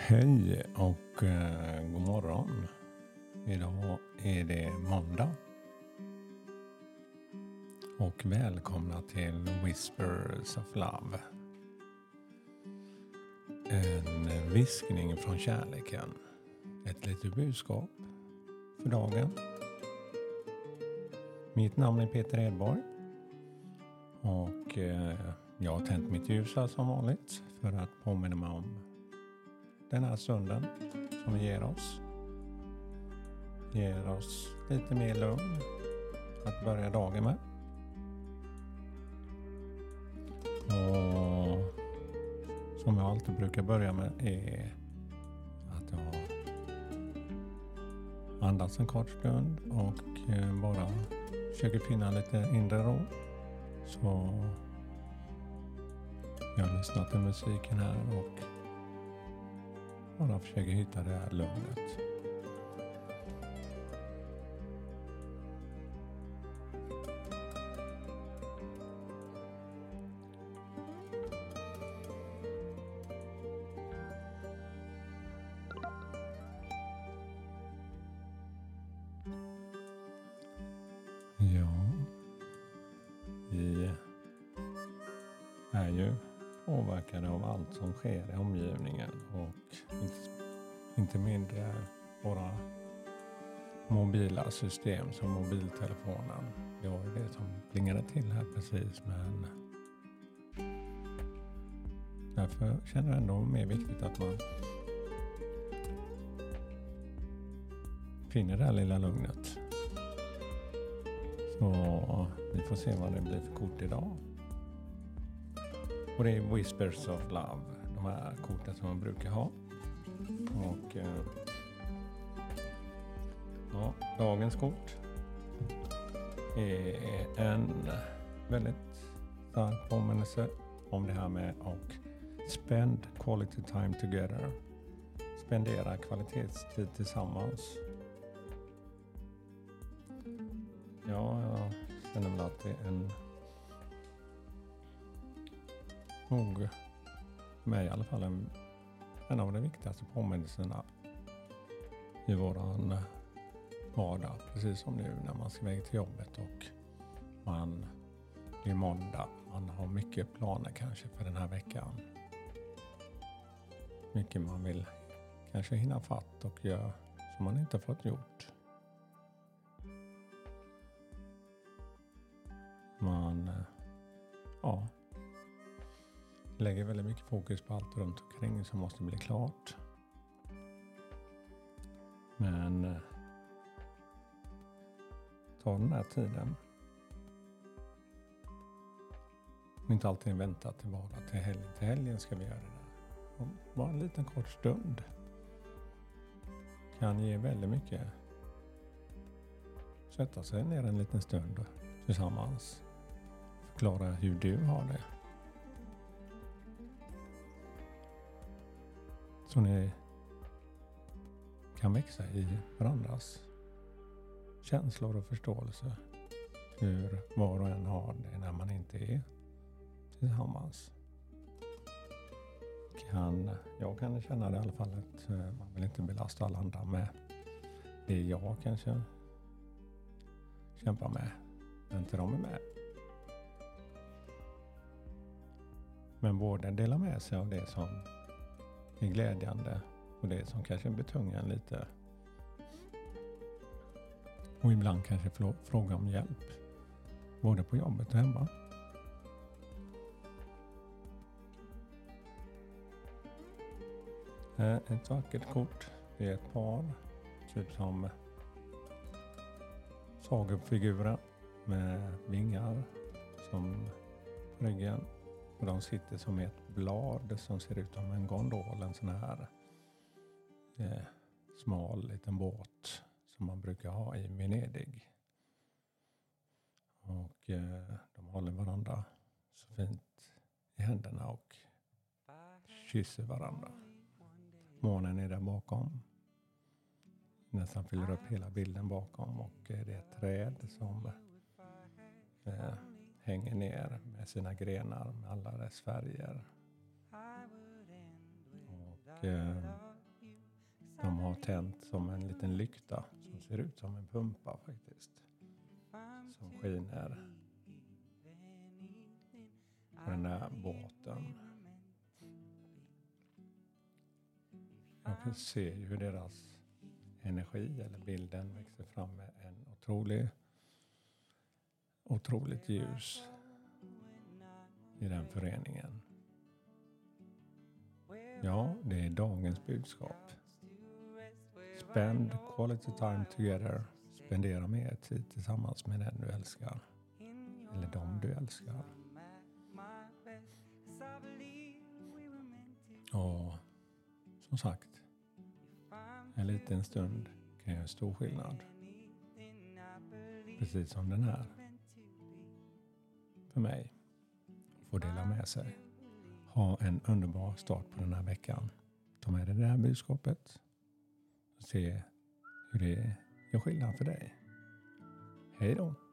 Hej och god morgon. Idag är det måndag. Och välkomna till Whispers of Love. En viskning från kärleken. Ett litet budskap för dagen. Mitt namn är Peter Edborg. Och jag har tänt mitt ljus här som vanligt för att påminna mig om den här stunden som vi ger oss. Ger oss lite mer lugn att börja dagen med. Och som jag alltid brukar börja med är att jag andas en kort stund och bara försöker finna lite inre ro. Så jag lyssnar till musiken här och bara försöker hitta det här lugnet. Ja, vi är ju påverkade av allt som sker i omgivningen och inte mindre våra mobila system som mobiltelefonen. Det var ju det som plingade till här precis, men därför känner jag ändå mer viktigt att man finner det här lilla lugnet. Så vi får se vad det blir för kort idag. Och det är Whispers of Love, de här korten som man brukar ha. Och dagens kort är en väldigt stark påminnelse om det här med att spend quality time together. Spendera kvalitetstid tillsammans. Ja, jag känner väl att det är nog med i alla fall en av de viktigaste påminnelserna i våran vardag. Precis som nu när man ska iväg till jobbet och det är måndag. Man har mycket planer kanske för den här veckan. Mycket man vill kanske hinna fatt och göra som man inte fått gjort. Man lägger väldigt mycket fokus på allt runt omkring som måste bli klart. Men ta den här tiden. Inte alltid vänta till bara till helgen. Till helgen ska vi göra det där. Och bara en liten kort stund kan ge väldigt mycket. Sätta sig ner en liten stund tillsammans. Förklara hur du har det. Så ni kan växa i varandras känslor och förståelse. Hur var och en har det när man inte är tillsammans. Jag kan känna det i alla fall att man vill inte belasta alla andra med det jag kanske kämpar med. När inte de är med. Men både dela med sig av det som är glädjande och det som kanske betungar lite. Och ibland kanske fråga om hjälp. Både på jobbet och hemma. Ett vackert kort. Det är ett par. Typ som sagofigurer med vingar som ryggen. Och de sitter som ett blad som ser ut som en gondol. En sån här smal liten båt som man brukar ha i Venedig. Och de håller varandra så fint i händerna och kysser varandra. Månen är där bakom. Nästan fyller upp hela bilden bakom. Och det är ett träd som hänger ner med sina grenar med alla dess färger. Och de har tänt som en liten lykta som ser ut som en pumpa faktiskt. Som skiner på den där båten. Jag kan se hur deras energi eller bilden växer fram med en otroligt ljus i den föreningen. Ja, det är dagens budskap. Spend quality time together. Spendera mer tid tillsammans med den du älskar. Eller de du älskar. Och som sagt, en liten stund kan göra stor skillnad. Precis som den här. För mig. Får dela med sig. Ha en underbar start på den här veckan. Ta med dig det här budskapet. Och se hur det gör skillnad för dig. Hej då!